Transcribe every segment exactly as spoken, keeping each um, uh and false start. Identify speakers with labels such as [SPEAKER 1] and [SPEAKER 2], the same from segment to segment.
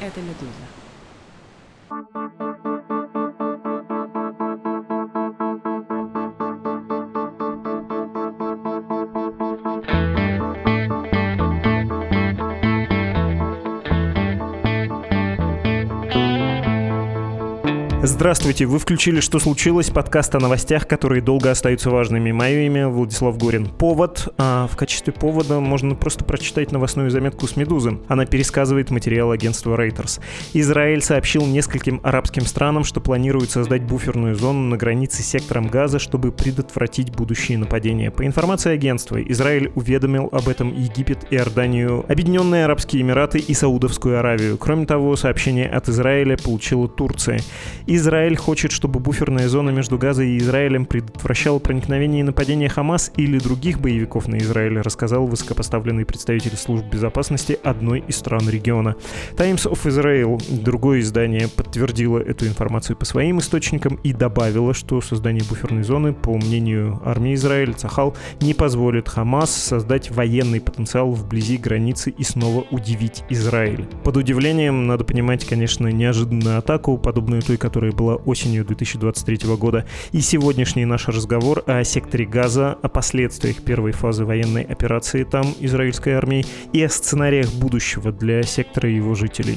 [SPEAKER 1] Это «Медуза».
[SPEAKER 2] Здравствуйте, вы включили «Что случилось?» Подкаст о новостях, которые долго остаются важными. Мое имя Владислав Горин. Повод. А в качестве повода можно просто прочитать новостную заметку с «Медузы». Она пересказывает материал агентства Reuters. Израиль сообщил нескольким арабским странам, что планирует создать буферную зону на границе с сектором Газа, чтобы предотвратить будущие нападения. По информации агентства, Израиль уведомил об этом Египет, Иорданию, Объединенные Арабские Эмираты и Саудовскую Аравию. Кроме того, сообщение от Израиля получила Турция. Израиль хочет, чтобы буферная зона между Газой и Израилем предотвращала проникновение и нападения Хамас или других боевиков на Израиль, рассказал высокопоставленный представитель служб безопасности одной из стран региона. Times of Israel, другое издание, подтвердило эту информацию по своим источникам и добавило, что создание буферной зоны, по мнению армии Израиля, Цахал, не позволит Хамас создать военный потенциал вблизи границы и снова удивить Израиль. Под удивлением надо понимать, конечно, неожиданную атаку, подобную той, которая была осенью две тысячи двадцать третьего года, и сегодняшний наш разговор о секторе Газа, о последствиях первой фазы военной операции там израильской армии и о сценариях будущего для сектора и его жителей.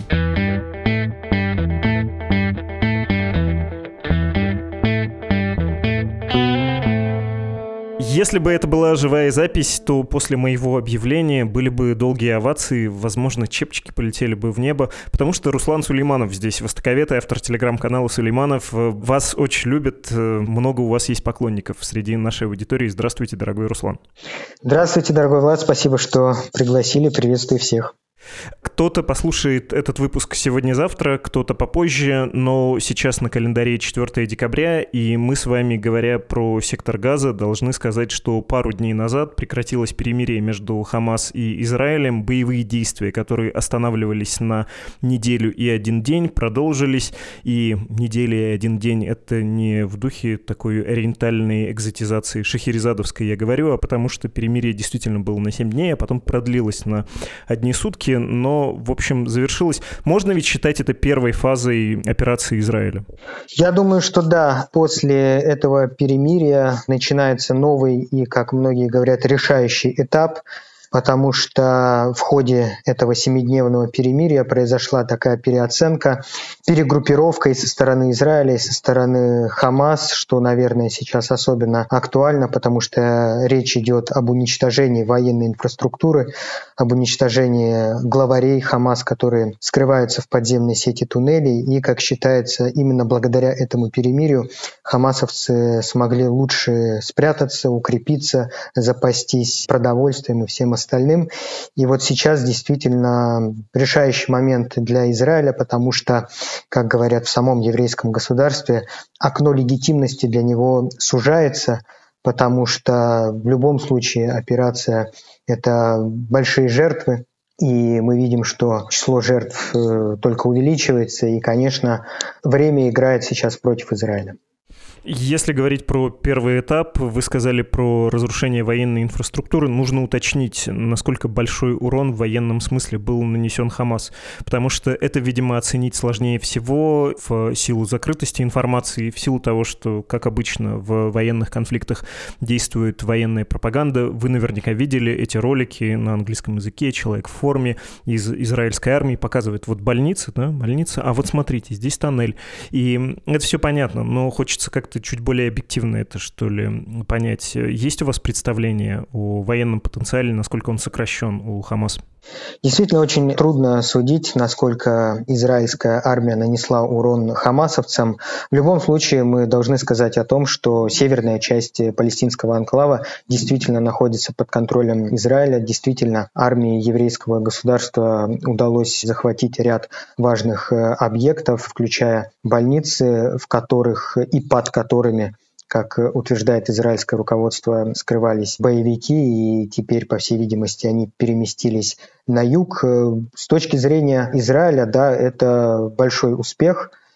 [SPEAKER 2] Если бы это была живая запись, то после моего объявления были бы долгие овации, возможно, чепчики полетели бы в небо, потому что Руслан Сулейманов здесь, востоковед и автор телеграм-канала Сулейманов. Вас очень любят, много у вас есть поклонников среди нашей аудитории. Здравствуйте, дорогой Руслан.
[SPEAKER 3] Здравствуйте, дорогой Влад, спасибо, что пригласили, приветствую всех.
[SPEAKER 2] Кто-то послушает этот выпуск сегодня-завтра, кто-то попозже, но сейчас на календаре четвёртого декабря, и мы с вами, говоря про сектор Газа, должны сказать, что пару дней назад прекратилось перемирие между Хамас и Израилем. Боевые действия, которые останавливались на неделю и один день, продолжились, и неделя и один день — это не в духе такой ориентальной экзотизации шахерезадовской, я говорю, а потому что перемирие действительно было на семь дней, а потом продлилось на одни сутки, но, в общем, завершилось. Можно ведь считать это первой фазой операции Израиля?
[SPEAKER 3] Я думаю, что да. После этого перемирия начинается новый и, как многие говорят, решающий этап, потому что в ходе этого семидневного перемирия произошла такая переоценка, перегруппировка и со стороны Израиля, и со стороны Хамас, что, наверное, сейчас особенно актуально, потому что речь идет об уничтожении военной инфраструктуры, об уничтожении главарей Хамас, которые скрываются в подземной сети туннелей. И, как считается, именно благодаря этому перемирию хамасовцы смогли лучше спрятаться, укрепиться, запастись продовольствием и всем остальным. остальным. И вот сейчас действительно решающий момент для Израиля, потому что, как говорят в самом еврейском государстве, окно легитимности для него сужается, потому что в любом случае операция — это большие жертвы, и мы видим, что число жертв только увеличивается, и, конечно, время играет сейчас против Израиля.
[SPEAKER 2] Если говорить про первый этап, вы сказали про разрушение военной инфраструктуры, нужно уточнить, насколько большой урон в военном смысле был нанесен Хамас, потому что это, видимо, оценить сложнее всего в силу закрытости информации, в силу того, что, как обычно, в военных конфликтах действует военная пропаганда. Вы наверняка видели эти ролики на английском языке, человек в форме из израильской армии показывает вот больница, да, больница, а вот смотрите, здесь тоннель. И это все понятно, но хочется как-то чуть более объективно это, что ли, понять. Есть у вас представление о военном потенциале, насколько он сокращен у Хамас?
[SPEAKER 3] Действительно, очень трудно судить, насколько израильская армия нанесла урон хамасовцам. В любом случае, мы должны сказать о том, что северная часть палестинского анклава действительно находится под контролем Израиля. Действительно, армии еврейского государства удалось захватить ряд важных объектов, включая больницы, в которых и под которыми, как утверждает израильское руководство, скрывались боевики, и теперь, по всей видимости, они переместились на юг. С точки зрения Израиля, да, это большой успех,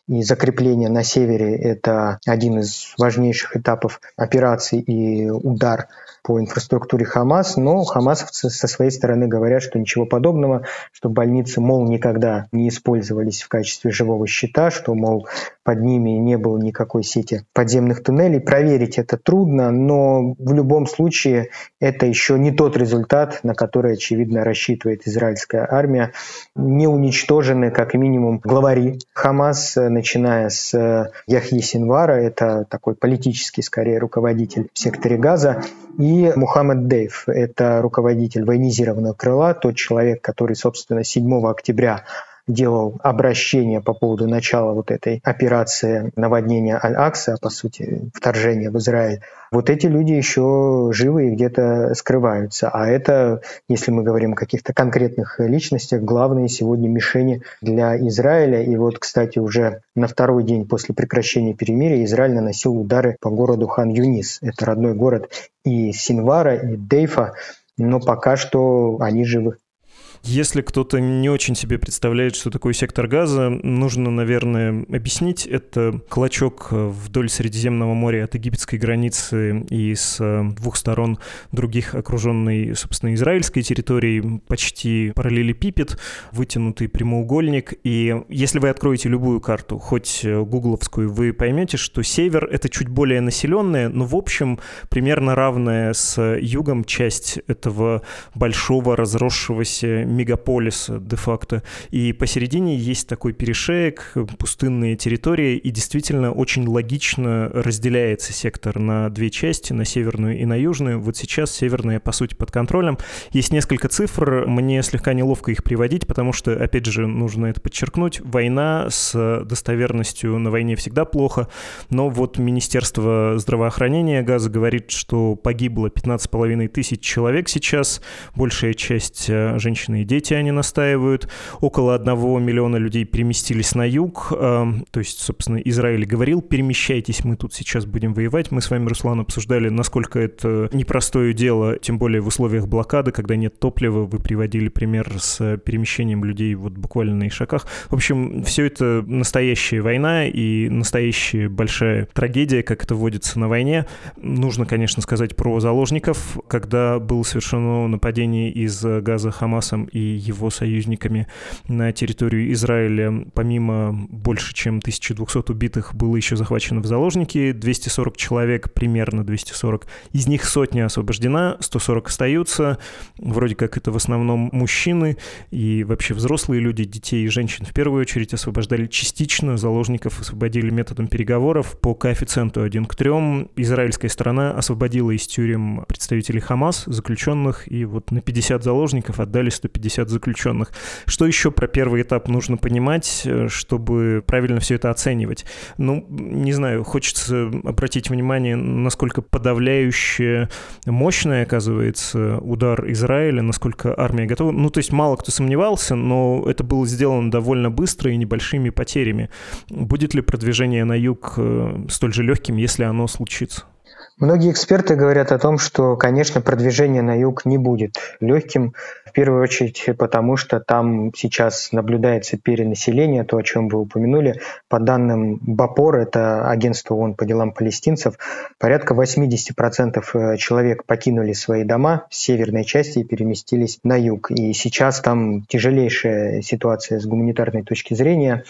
[SPEAKER 3] и закрепление на севере – это один из важнейших этапов операции и удар по инфраструктуре Хамас, но хамасовцы со своей стороны говорят, что ничего подобного, что больницы, мол, никогда не использовались в качестве живого щита, что, мол, под ними не было никакой сети подземных туннелей. Проверить это трудно, но в любом случае это еще не тот результат, на который, очевидно, рассчитывает израильская армия. Не уничтожены, как минимум, главари Хамас, начиная с Яхьи Синвара, это такой политический, скорее, руководитель в секторе Газа, и Мухаммед Дейф, это руководитель военизированного крыла, тот человек, который, собственно, седьмого октября делал обращение по поводу начала вот этой операции наводнения Аль-Акса, по сути, вторжения в Израиль. Вот эти люди еще живы и где-то скрываются. А это, если мы говорим о каких-то конкретных личностях, главные сегодня мишени для Израиля. И вот, кстати, уже на второй день после прекращения перемирия Израиль наносил удары по городу Хан-Юнис. Это родной город и Синвара, и Дейфа, но пока что они живы.
[SPEAKER 2] Если кто-то не очень себе представляет, что такое сектор Газа, нужно, наверное, объяснить. Это клочок вдоль Средиземного моря от египетской границы и с двух сторон других окруженной, собственно, израильской территории, почти параллелепипед, вытянутый прямоугольник. И если вы откроете любую карту, хоть гугловскую, вы поймете, что север — это чуть более населенная, но, в общем, примерно равная с югом часть этого большого разросшегося мегаполиса де-факто. И посередине есть такой перешеек, пустынные территории, и действительно очень логично разделяется сектор на две части, на северную и на южную. Вот сейчас северная, по сути, под контролем. Есть несколько цифр, мне слегка неловко их приводить, потому что, опять же, нужно это подчеркнуть, война с достоверностью на войне всегда плохо, но вот Министерство здравоохранения Газа говорит, что погибло пятнадцать с половиной тысяч человек сейчас, большая часть женщин и дети, они настаивают. Около одного миллиона людей переместились на юг. То есть, собственно, Израиль говорил: перемещайтесь, мы тут сейчас будем воевать. Мы с вами, Руслан, обсуждали, насколько это непростое дело, тем более в условиях блокады, когда нет топлива. Вы приводили пример с перемещением людей вот буквально на ишаках. В общем, все это настоящая война и настоящая большая трагедия, как это водится на войне. Нужно, конечно, сказать про заложников. Когда было совершено нападение из Газа Хамасом и его союзниками на территорию Израиля, помимо больше чем тысяча двести убитых, было еще захвачено в заложники двести сорок человек, примерно двести сорок. Из них сотня освобождена, сто сорок остаются. Вроде как это в основном мужчины и вообще взрослые люди, детей и женщин в первую очередь освобождали частично. Заложников освободили методом переговоров по коэффициенту один к трем. Израильская сторона освободила из тюрем представителей Хамас, заключенных, и вот на пятьдесят заложников отдали сто пятьдесят заключенных. Что еще про первый этап нужно понимать, чтобы правильно все это оценивать? Ну, не знаю, хочется обратить внимание, насколько подавляюще мощный, оказывается, удар Израиля, насколько армия готова. Ну, то есть мало кто сомневался, но это было сделано довольно быстро и небольшими потерями. Будет ли продвижение на юг столь же легким, если оно случится?
[SPEAKER 3] Многие эксперты говорят о том, что, конечно, продвижение на юг не будет легким, в первую очередь потому, что там сейчас наблюдается перенаселение, то, о чем вы упомянули. По данным БАПОР, это агентство ООН по делам палестинцев, порядка восемьдесят процентов человек покинули свои дома в северной части и переместились на юг. И сейчас там тяжелейшая ситуация с гуманитарной точки зрения,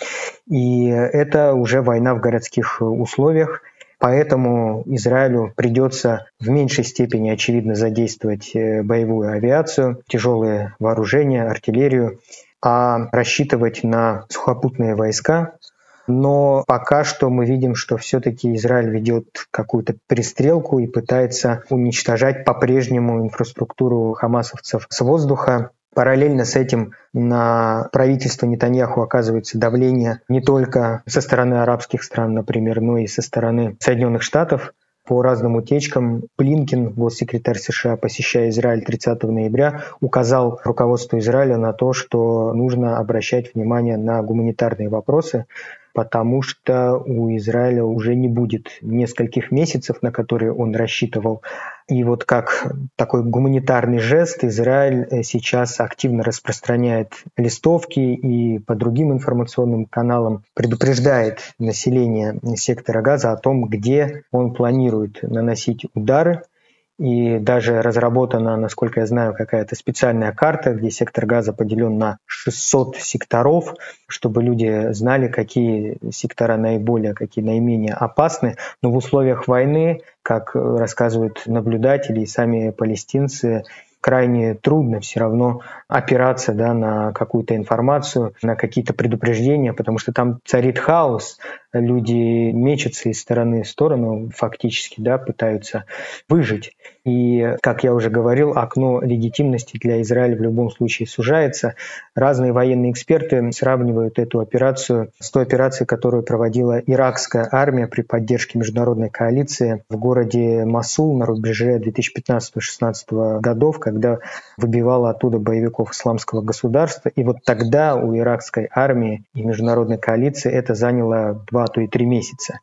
[SPEAKER 3] и это уже война в городских условиях. Поэтому Израилю придется в меньшей степени, очевидно, задействовать боевую авиацию, тяжелые вооружения, артиллерию, а рассчитывать на сухопутные войска. Но пока что мы видим, что все-таки Израиль ведет какую-то перестрелку и пытается уничтожать по-прежнему инфраструктуру хамасовцев с воздуха. Параллельно с этим на правительство Нетаньяху оказывается давление не только со стороны арабских стран, например, но и со стороны Соединенных Штатов. По разным утечкам Блинкен, госсекретарь США, посещая Израиль тридцатого ноября, указал руководству Израиля на то, что нужно обращать внимание на гуманитарные вопросы, потому что у Израиля уже не будет нескольких месяцев, на которые он рассчитывал, И вот как такой гуманитарный жест Израиль сейчас активно распространяет листовки и по другим информационным каналам предупреждает население сектора Газа о том, где он планирует наносить удары. И даже разработана, насколько я знаю, какая-то специальная карта, где сектор Газа поделен на шестьсот секторов, чтобы люди знали, какие сектора наиболее, какие наименее опасны. Но в условиях войны, как рассказывают наблюдатели и сами палестинцы, крайне трудно все равно опираться, да, на какую-то информацию, на какие-то предупреждения, потому что там царит хаос, люди мечутся из стороны в сторону, фактически, да, пытаются выжить. И, как я уже говорил, окно легитимности для Израиля в любом случае сужается. Разные военные эксперты сравнивают эту операцию с той операцией, которую проводила иракская армия при поддержке международной коалиции в городе Мосул на рубеже две тысячи пятнадцатого — две тысячи шестнадцатого годов, когда выбивала оттуда боевиков исламского государства. И вот тогда у иракской армии и международной коалиции это заняло два, а то и три месяца.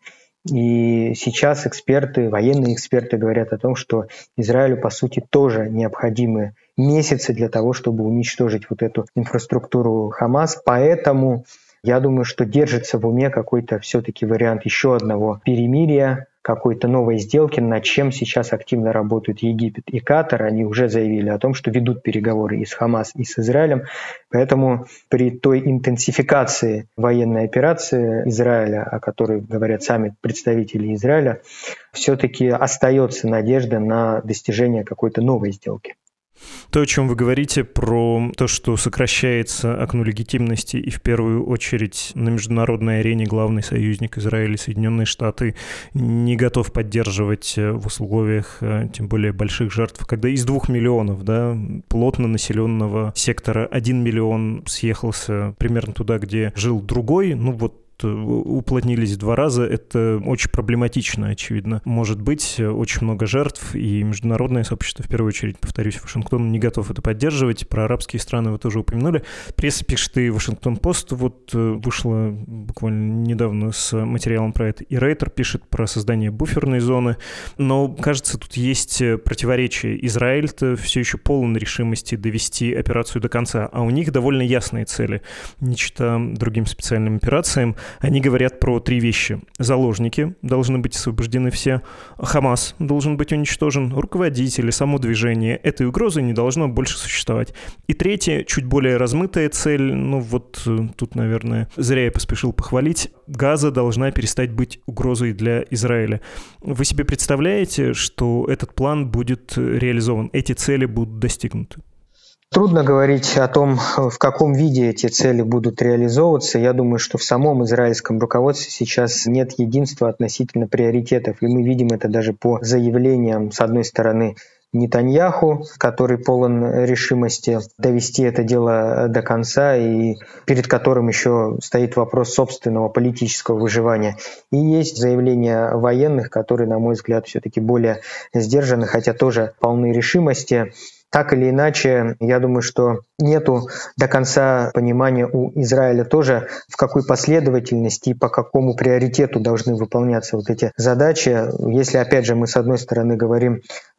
[SPEAKER 3] И сейчас эксперты, военные эксперты говорят о том, что Израилю, по сути, тоже необходимы месяцы для того, чтобы уничтожить вот эту инфраструктуру Хамас. Поэтому я думаю, что держится в уме какой-то все-таки вариант еще одного перемирия, какой-то новой сделки, над чем сейчас активно работают Египет и Катар. Они уже заявили о том, что ведут переговоры и с Хамас, и с Израилем. Поэтому при той интенсификации военной операции Израиля, о которой говорят сами представители Израиля, все-таки остается надежда на достижение какой-то новой сделки.
[SPEAKER 2] То, о чем вы говорите, про то, что сокращается окно легитимности, и в первую очередь на международной арене главный союзник Израиля, Соединенные Штаты, не готов поддерживать в условиях, тем более больших жертв, когда из двух миллионов, да, плотно населенного сектора один миллион съехался примерно туда, где жил другой, ну вот, уплотнились в два раза, это очень проблематично, очевидно. Может быть очень много жертв, и международное сообщество, в первую очередь, повторюсь, Вашингтон не готов это поддерживать. Про арабские страны вы тоже упомянули. Пресса пишет, и Вашингтон-Пост вот вышла буквально недавно с материалом про это, и Рейтер пишет про создание буферной зоны. Но, кажется, тут есть противоречие. Израиль-то все еще полон решимости довести операцию до конца, а у них довольно ясные цели, не чита другим специальным операциям. Они говорят про три вещи. Заложники должны быть освобождены все, Хамас должен быть уничтожен, руководители, само движение. Этой угрозы не должно больше существовать. И третья, чуть более размытая цель, ну вот тут, наверное, зря я поспешил похвалить, Газа должна перестать быть угрозой для Израиля. Вы себе представляете, что этот план будет реализован, эти цели будут достигнуты?
[SPEAKER 3] Трудно говорить о том, в каком виде эти цели будут реализовываться. Я думаю, что в самом израильском руководстве сейчас нет единства относительно приоритетов. И мы видим это даже по заявлениям, с одной стороны, Нетаньяху, который полон решимости довести это дело до конца и перед которым еще стоит вопрос собственного политического выживания. И есть заявления военных, которые, на мой взгляд, все-таки более сдержаны, хотя тоже полны решимости. Так или иначе, я думаю, что нету до конца понимания у Израиля тоже, в какой последовательности и по какому приоритету должны выполняться вот эти задачи. Если, опять же, мы с одной стороны говорим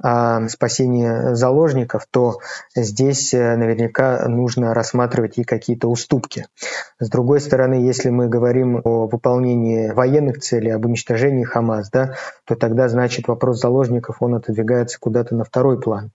[SPEAKER 3] о спасении заложников, то здесь наверняка нужно рассматривать и какие-то уступки. С другой стороны, если мы говорим о выполнении военных целей, об уничтожении Хамас, да, то тогда, значит, вопрос заложников, он отодвигается куда-то на второй план.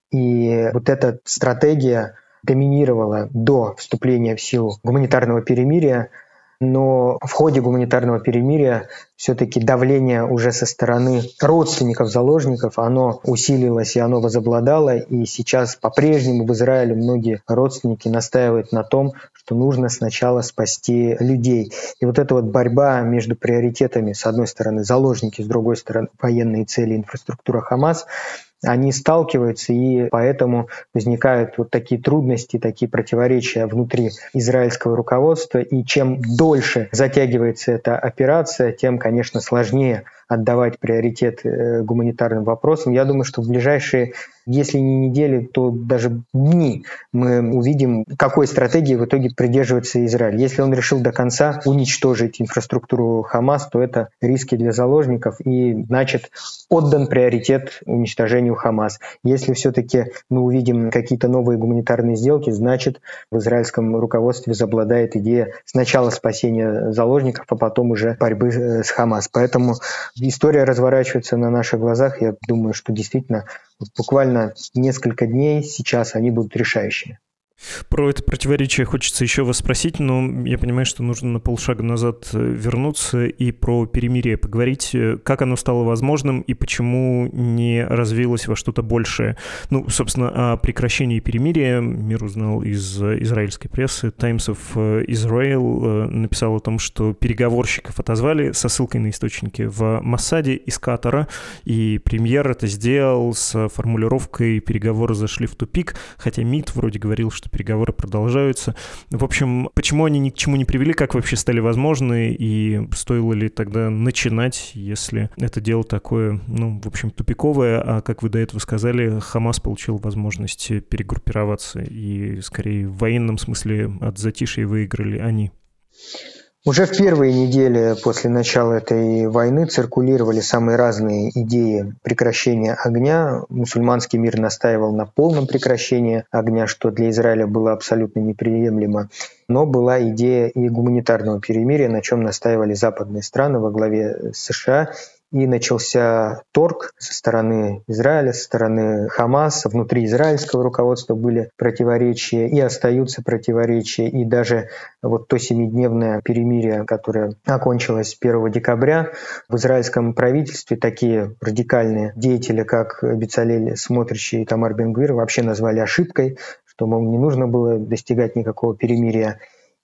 [SPEAKER 3] И вот эта стратегия доминировала до вступления в силу гуманитарного перемирия, но в ходе гуманитарного перемирия все-таки давление уже со стороны родственников заложников, оно усилилось и оно возобладало, и сейчас по-прежнему в Израиле многие родственники настаивают на том, что нужно сначала спасти людей. И вот эта вот борьба между приоритетами, с одной стороны заложники, с другой стороны военные цели, инфраструктура Хамас, они сталкиваются, и поэтому возникают вот такие трудности, такие противоречия внутри израильского руководства. И чем дольше затягивается эта операция, тем, конечно, сложнее отдавать приоритет гуманитарным вопросам. Я думаю, что в ближайшие, если не недели, то даже дни мы увидим, какой стратегии в итоге придерживается Израиль. Если он решил до конца уничтожить инфраструктуру Хамас, то это риски для заложников и, значит, отдан приоритет уничтожению Хамас. Если все-таки мы увидим какие-то новые гуманитарные сделки, значит, в израильском руководстве возобладает идея сначала спасения заложников, а потом уже борьбы с Хамас. Поэтому история разворачивается на наших глазах. Я думаю, что действительно буквально несколько дней сейчас они будут решающими.
[SPEAKER 2] Про это противоречие хочется еще вас спросить, но я понимаю, что нужно на полшага назад вернуться и про перемирие поговорить. Как оно стало возможным и почему не развилось во что-то большее? Ну, собственно, о прекращении перемирия мир узнал из израильской прессы. Times of Israel написал о том, что переговорщиков отозвали со ссылкой на источники в Моссаде из Катара, и премьер это сделал с формулировкой «переговоры зашли в тупик», хотя МИД вроде говорил, что переговоры продолжаются. В общем, почему они ни к чему не привели, как вообще стали возможны, и стоило ли тогда начинать, если это дело такое, ну, в общем, тупиковое, а, как вы до этого сказали, Хамас получил возможность перегруппироваться, и, скорее, в военном смысле от затишья выиграли они.
[SPEAKER 3] Уже в первые недели после начала этой войны циркулировали самые разные идеи прекращения огня. Мусульманский мир настаивал на полном прекращении огня, что для Израиля было абсолютно неприемлемо. Но была идея и гуманитарного перемирия, на чем настаивали западные страны во главе с США. И начался торг со стороны Израиля, со стороны Хамаса. Внутри израильского руководства были противоречия и остаются противоречия. И даже вот то семидневное перемирие, которое окончилось первого декабря, в израильском правительстве такие радикальные деятели, как Бецалель Смотричи и Тамар Бен-Гвир, вообще назвали ошибкой, что, мол, не нужно было достигать никакого перемирия.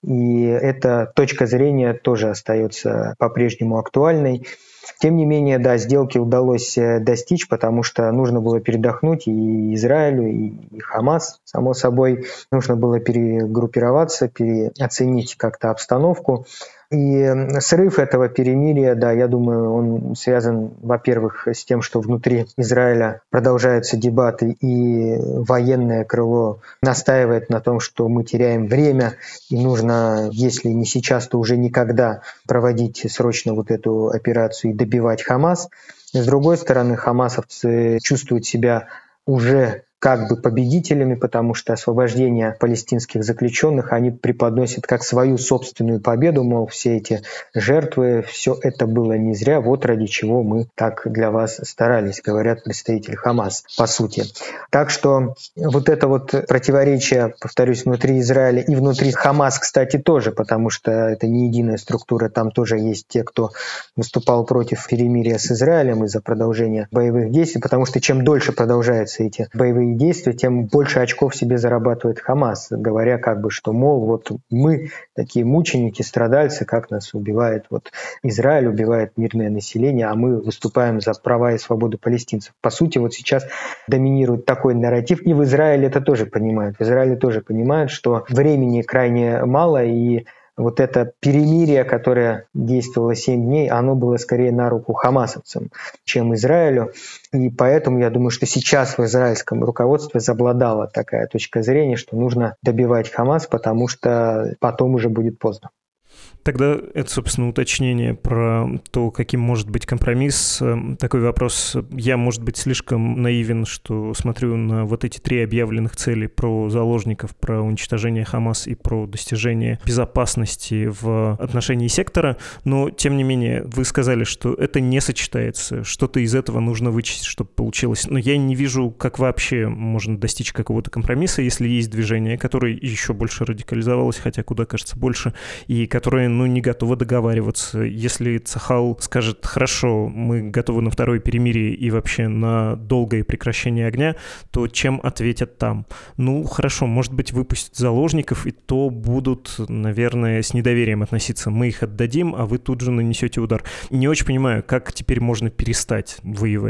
[SPEAKER 3] И эта точка зрения тоже остается по-прежнему актуальной. Тем не менее, да, сделки удалось достичь, потому что нужно было передохнуть и Израилю, и Хамас, само собой. Нужно было перегруппироваться, переоценить как-то обстановку. И срыв этого перемирия, да, я думаю, он связан, во-первых, с тем, что внутри Израиля продолжаются дебаты, и военное крыло настаивает на том, что мы теряем время, и нужно, если не сейчас, то уже никогда проводить срочно вот эту операцию и добивать Хамас. С другой стороны, хамасовцы чувствуют себя уже как бы победителями, потому что освобождение палестинских заключенных они преподносят как свою собственную победу, мол, все эти жертвы, все это было не зря, вот ради чего мы так для вас старались, говорят представители Хамас, по сути. Так что вот это вот противоречие, повторюсь, внутри Израиля и внутри Хамас, кстати, тоже, потому что это не единая структура, там тоже есть те, кто выступал против перемирия с Израилем из-за продолжения боевых действий, потому что чем дольше продолжаются эти боевые действия, тем больше очков себе зарабатывает Хамас, говоря как бы, что, мол, вот мы такие мученики, страдальцы, как нас убивает вот Израиль, убивает мирное население, а мы выступаем за права и свободу палестинцев. По сути, вот сейчас доминирует такой нарратив, и в Израиле это тоже понимают. В Израиле тоже понимают, что времени крайне мало, и вот это перемирие, которое действовало семь дней, оно было скорее на руку хамасовцам, чем Израилю. И поэтому я думаю, что сейчас в израильском руководстве возобладала такая точка зрения, что нужно добивать Хамас, потому что потом уже будет поздно.
[SPEAKER 2] Тогда это, собственно, уточнение про то, каким может быть компромисс. Такой вопрос. Я, может быть, слишком наивен, что смотрю на вот эти три объявленных цели про заложников, про уничтожение Хамас и про достижение безопасности в отношении сектора, но, тем не менее, вы сказали, что это не сочетается, что-то из этого нужно вычесть, чтобы получилось. Но я не вижу, как вообще можно достичь какого-то компромисса, если есть движение, которое еще больше радикализовалось, хотя куда, кажется, больше, и которое ну, не готова договариваться. Если Цахал скажет, хорошо, мы готовы на второе перемирие и вообще на долгое прекращение огня, то чем ответят там? Ну, хорошо, может быть, выпустят заложников, и то будут, наверное, с недоверием относиться. Мы их отдадим, а вы тут же нанесете удар. Не очень понимаю, как теперь можно перестать воевать.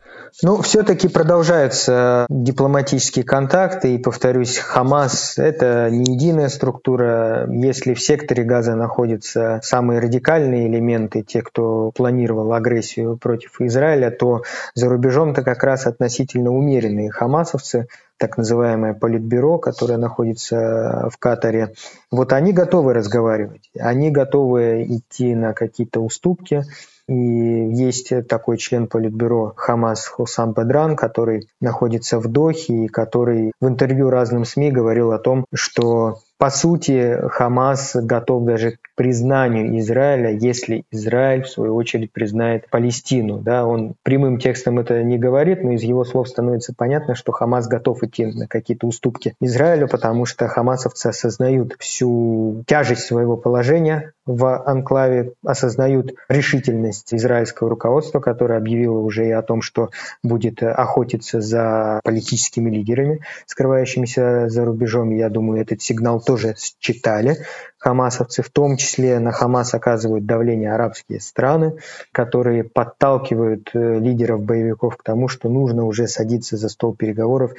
[SPEAKER 3] Ну, все-таки продолжаются дипломатические контакты, и, повторюсь, Хамас – это не единая структура. Если в секторе Газа находятся самые радикальные элементы, те, кто планировал агрессию против Израиля, то за рубежом-то как раз относительно умеренные хамасовцы, так называемое Политбюро, которое находится в Катаре, вот они готовы разговаривать, они готовы идти на какие-то уступки. И есть такой член Политбюро Хамас Хуссам Бедран, который находится в Дохе и который в интервью разным СМИ говорил о том, что по сути Хамас готов даже к признанию Израиля, если Израиль в свою очередь признает Палестину. Да, он прямым текстом это не говорит, но из его слов становится понятно, что Хамас готов идти на какие-то уступки Израилю, потому что хамасовцы осознают всю тяжесть своего положения в анклаве, осознают решительность израильского руководства, которое объявило уже и о том, что будет охотиться за политическими лидерами, скрывающимися за рубежом. Я думаю, этот сигнал тоже считали хамасовцы. В том числе на Хамас оказывают давление арабские страны, которые подталкивают лидеров боевиков к тому, что нужно уже садиться за стол переговоров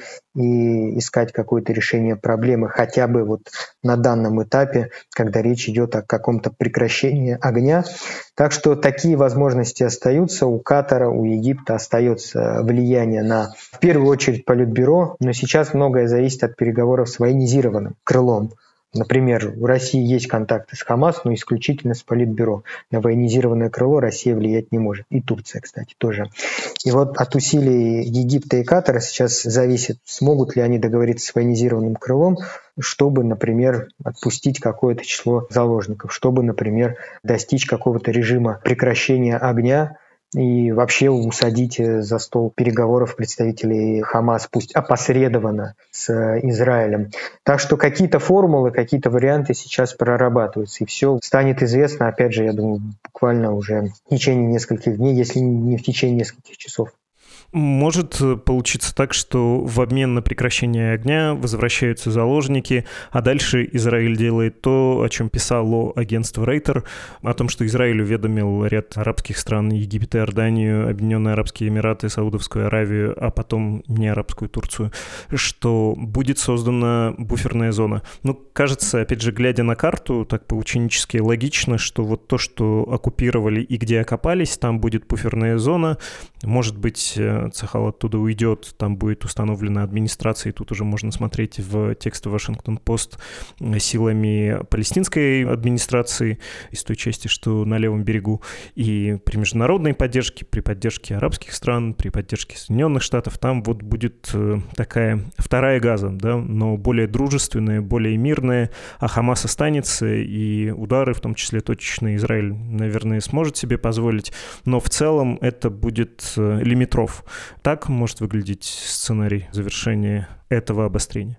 [SPEAKER 3] и искать какое-то решение проблемы, хотя бы вот на данном этапе, когда речь идет о каком-то прекращении огня. Так что такие возможности остаются. У Катара, у Египта остается влияние на, в первую очередь, Политбюро, но сейчас многое зависит от переговоров с военизированным крылом. Например, у России есть контакты с Хамас, но исключительно с Политбюро. На военизированное крыло Россия влиять не может. И Турция, кстати, тоже. И вот от усилий Египта и Катара сейчас зависит, смогут ли они договориться с военизированным крылом, чтобы, например, отпустить какое-то число заложников, чтобы, например, достичь какого-то режима прекращения огня и вообще усадить за стол переговоров представителей Хамас, пусть опосредованно с Израилем. Так что какие-то формулы, какие-то варианты сейчас прорабатываются, и все станет известно, опять же, я думаю, буквально уже в течение нескольких дней, если не в течение нескольких часов.
[SPEAKER 2] Может получиться так, что в обмен на прекращение огня возвращаются заложники, а дальше Израиль делает то, о чем писало агентство Рейтер, о том, что Израиль уведомил ряд арабских стран, Египет, Иорданию, Объединенные Арабские Эмираты, Саудовскую Аравию, а потом не арабскую Турцию, что будет создана буферная зона. Ну, кажется, опять же, глядя на карту, так по-ученически логично, что вот то, что оккупировали и где окопались, там будет буферная зона, может быть, Цахал оттуда уйдет, там будет установлена администрация, и тут уже можно смотреть в тексте Вашингтон-Пост силами палестинской администрации из той части, что на левом берегу, и при международной поддержке, при поддержке арабских стран, при поддержке Соединенных Штатов, там вот будет такая вторая Газа, да, но более дружественная, более мирная, а Хамас останется, и удары, в том числе точечные, Израиль, наверное, сможет себе позволить, но в целом это будет лимитров. Так может выглядеть сценарий завершения этого обострения?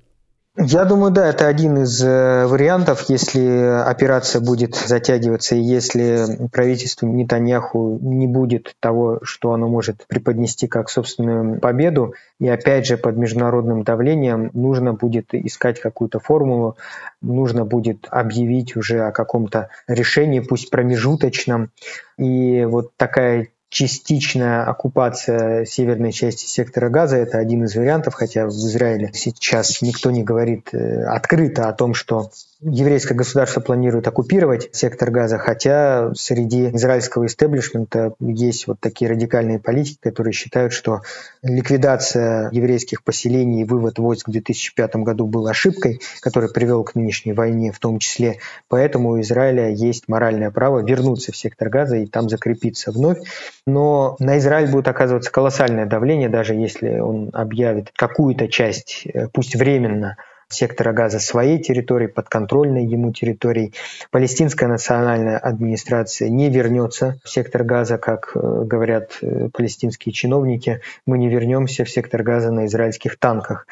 [SPEAKER 3] Я думаю, да, это один из вариантов, если операция будет затягиваться, и если правительству Нетаньяху не будет того, что оно может преподнести как собственную победу, и опять же под международным давлением нужно будет искать какую-то формулу, нужно будет объявить уже о каком-то решении, пусть промежуточном, и вот такая частичная оккупация северной части сектора Газа – это один из вариантов, хотя в Израиле сейчас никто не говорит открыто о том, что еврейское государство планирует оккупировать сектор Газа, хотя среди израильского истеблишмента есть вот такие радикальные политики, которые считают, что ликвидация еврейских поселений и вывод войск в две тысячи пятом году был ошибкой, которая привела к нынешней войне в том числе. Поэтому у Израиля есть моральное право вернуться в сектор Газа и там закрепиться вновь. Но на Израиль будет оказываться колоссальное давление, даже если он объявит какую-то часть, пусть временно, сектора Газа своей территории, подконтрольной ему территорией. Палестинская национальная администрация не вернется в сектор Газа, как говорят палестинские чиновники. Мы не вернемся в сектор Газа на израильских танках.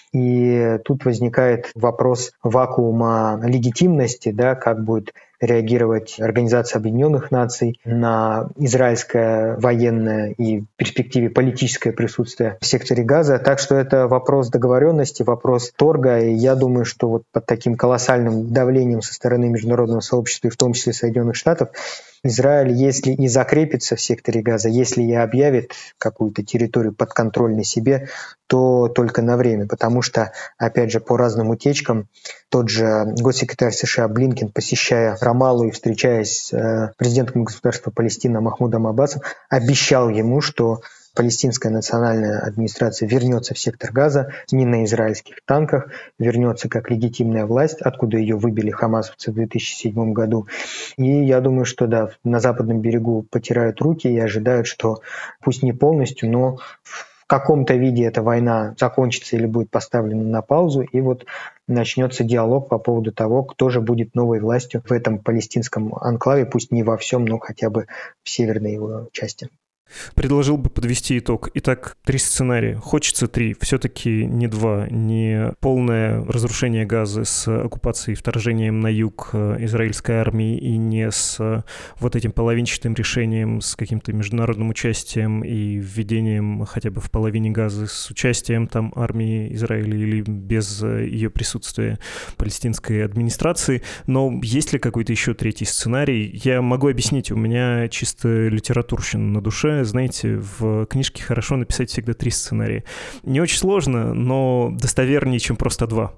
[SPEAKER 3] И тут возникает вопрос вакуума легитимности, да, как будет реагировать Организация Объединенных Наций на израильское военное и в перспективе политическое присутствие в секторе Газа. Так что это вопрос договоренности, вопрос торга. И я думаю, что вот под таким колоссальным давлением со стороны международного сообщества, и в том числе Соединенных Штатов, Израиль, если и закрепится в секторе Газа, если и объявит какую-то территорию подконтрольной себе, то только на время, потому что, опять же, по разным утечкам, тот же госсекретарь США Блинкен, посещая Рамаллу и встречаясь с президентом государства Палестина Махмудом Аббасом, обещал ему, что Палестинская национальная администрация вернется в сектор Газа не на израильских танках, вернется как легитимная власть, откуда ее выбили хамасовцы в две тысячи седьмом году. И я думаю, что да, на западном берегу потирают руки и ожидают, что пусть не полностью, но в каком-то виде эта война закончится или будет поставлена на паузу, и вот начнется диалог по поводу того, кто же будет новой властью в этом палестинском анклаве, пусть не во всем, но хотя бы в северной его части.
[SPEAKER 2] Предложил бы подвести итог. Итак, три сценария. Хочется три, все-таки не два. Не полное разрушение Газы с оккупацией и вторжением на юг израильской армии и не с вот этим половинчатым решением с каким-то международным участием и введением хотя бы в половине Газы с участием там армии Израиля или без ее присутствия палестинской администрации. Но есть ли какой-то еще третий сценарий? Я могу объяснить, у меня чисто литературщина на душе. Знаете, в книжке хорошо написать всегда три сценария. Не очень сложно, но достовернее, чем просто два.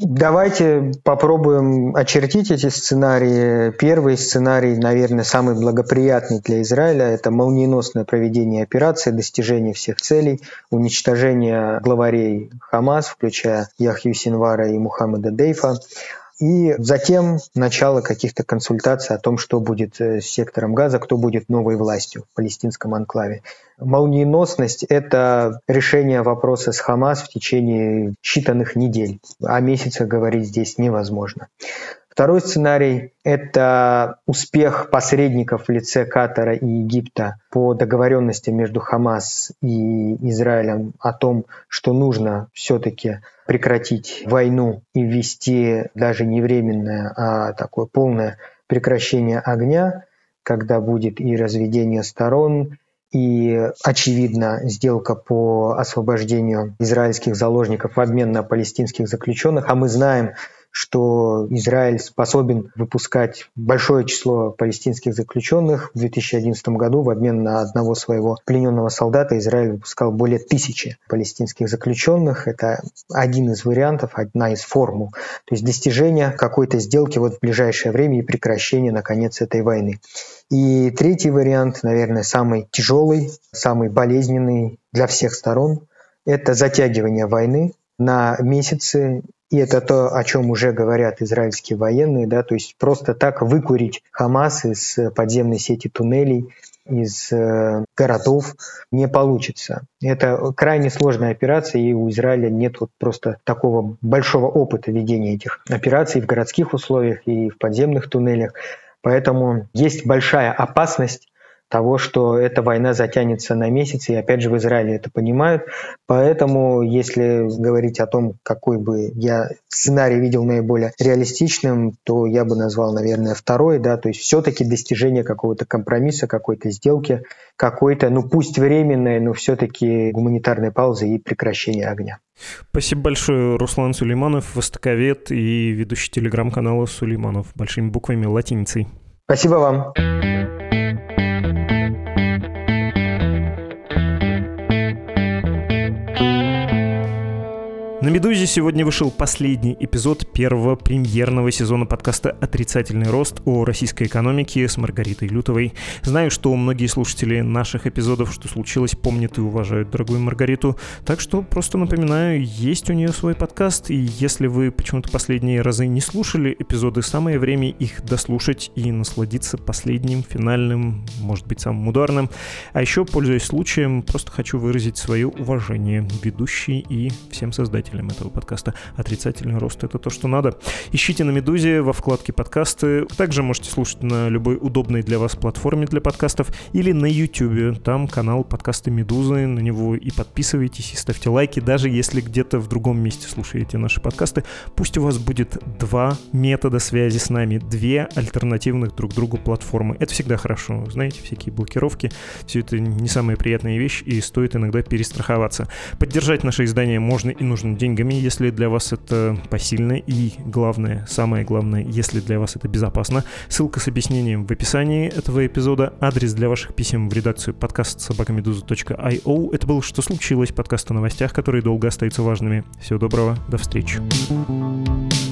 [SPEAKER 3] Давайте попробуем очертить эти сценарии. Первый сценарий, наверное, самый благоприятный для Израиля – это молниеносное проведение операции, достижение всех целей, уничтожение главарей Хамас, включая Яхью Синвара и Мухаммеда Дейфа. И затем начало каких-то консультаций о том, что будет с сектором Газа, кто будет новой властью в палестинском анклаве. Молниеносность – это решение вопроса с Хамас в течение считанных недель. О месяцах говорить здесь невозможно. Второй сценарий – это успех посредников в лице Катара и Египта по договоренности между Хамас и Израилем о том, что нужно все-таки прекратить войну и ввести даже не временное, а такое полное прекращение огня, когда будет и разведение сторон, и, очевидно, сделка по освобождению израильских заложников в обмен на палестинских заключенных. А мы знаем, что Израиль способен выпускать большое число палестинских заключенных. В две тысячи одиннадцатом году в обмен на одного своего плененного солдата Израиль выпускал более тысячи палестинских заключенных. Это один из вариантов, одна из формул. То есть достижение какой-то сделки вот в ближайшее время и прекращение, наконец, этой войны. И третий вариант, наверное, самый тяжелый, самый болезненный для всех сторон, это затягивание войны на месяцы. И это то, о чем уже говорят израильские военные, да, то есть просто так выкурить Хамас из подземной сети туннелей, из э, городов не получится. Это крайне сложная операция, и у Израиля нет вот просто такого большого опыта ведения этих операций в городских условиях и в подземных туннелях. Поэтому есть большая опасность того, что эта война затянется на месяц, и опять же в Израиле это понимают. Поэтому, если говорить о том, какой бы я сценарий видел наиболее реалистичным, то я бы назвал, наверное, второй, да, то есть все-таки достижение какого-то компромисса, какой-то сделки, какой-то, ну пусть временной, но все-таки гуманитарной паузы и прекращение огня.
[SPEAKER 2] Спасибо большое, Руслан Сулейманов, востоковед и ведущий телеграм-канала Сулейманов, большими буквами латиницей.
[SPEAKER 3] Спасибо вам.
[SPEAKER 2] На «Медузе» сегодня вышел последний эпизод первого премьерного сезона подкаста «Отрицательный рост» о российской экономике с Маргаритой Лютовой. Знаю, что многие слушатели наших эпизодов «Что случилось?» помнят и уважают дорогую Маргариту, так что просто напоминаю, есть у нее свой подкаст, и если вы почему-то последние разы не слушали эпизоды, самое время их дослушать и насладиться последним, финальным, может быть, самым ударным. А еще, пользуясь случаем, просто хочу выразить свое уважение ведущей и всем создателям этого подкаста. Отрицательный рост — это то, что надо. Ищите на «Медузе» во вкладке «Подкасты». Также можете слушать на любой удобной для вас платформе для подкастов или на YouTube. Там канал подкасты «Медузы». На него и подписывайтесь, и ставьте лайки. Даже если где-то в другом месте слушаете наши подкасты, пусть у вас будет два метода связи с нами, две альтернативных друг другу платформы. Это всегда хорошо. Знаете, всякие блокировки. Все это не самая приятная вещь, и стоит иногда перестраховаться. Поддержать наше издание можно и нужно деньгами, если для вас это посильно, и главное, самое главное, если для вас это безопасно. Ссылка с объяснением в описании этого эпизода. Адрес для ваших писем в редакцию подкаст собака медуза точка ай о. Это было «Что случилось?» Подкаст о новостях, которые долго остаются важными. Всего доброго, до встречи.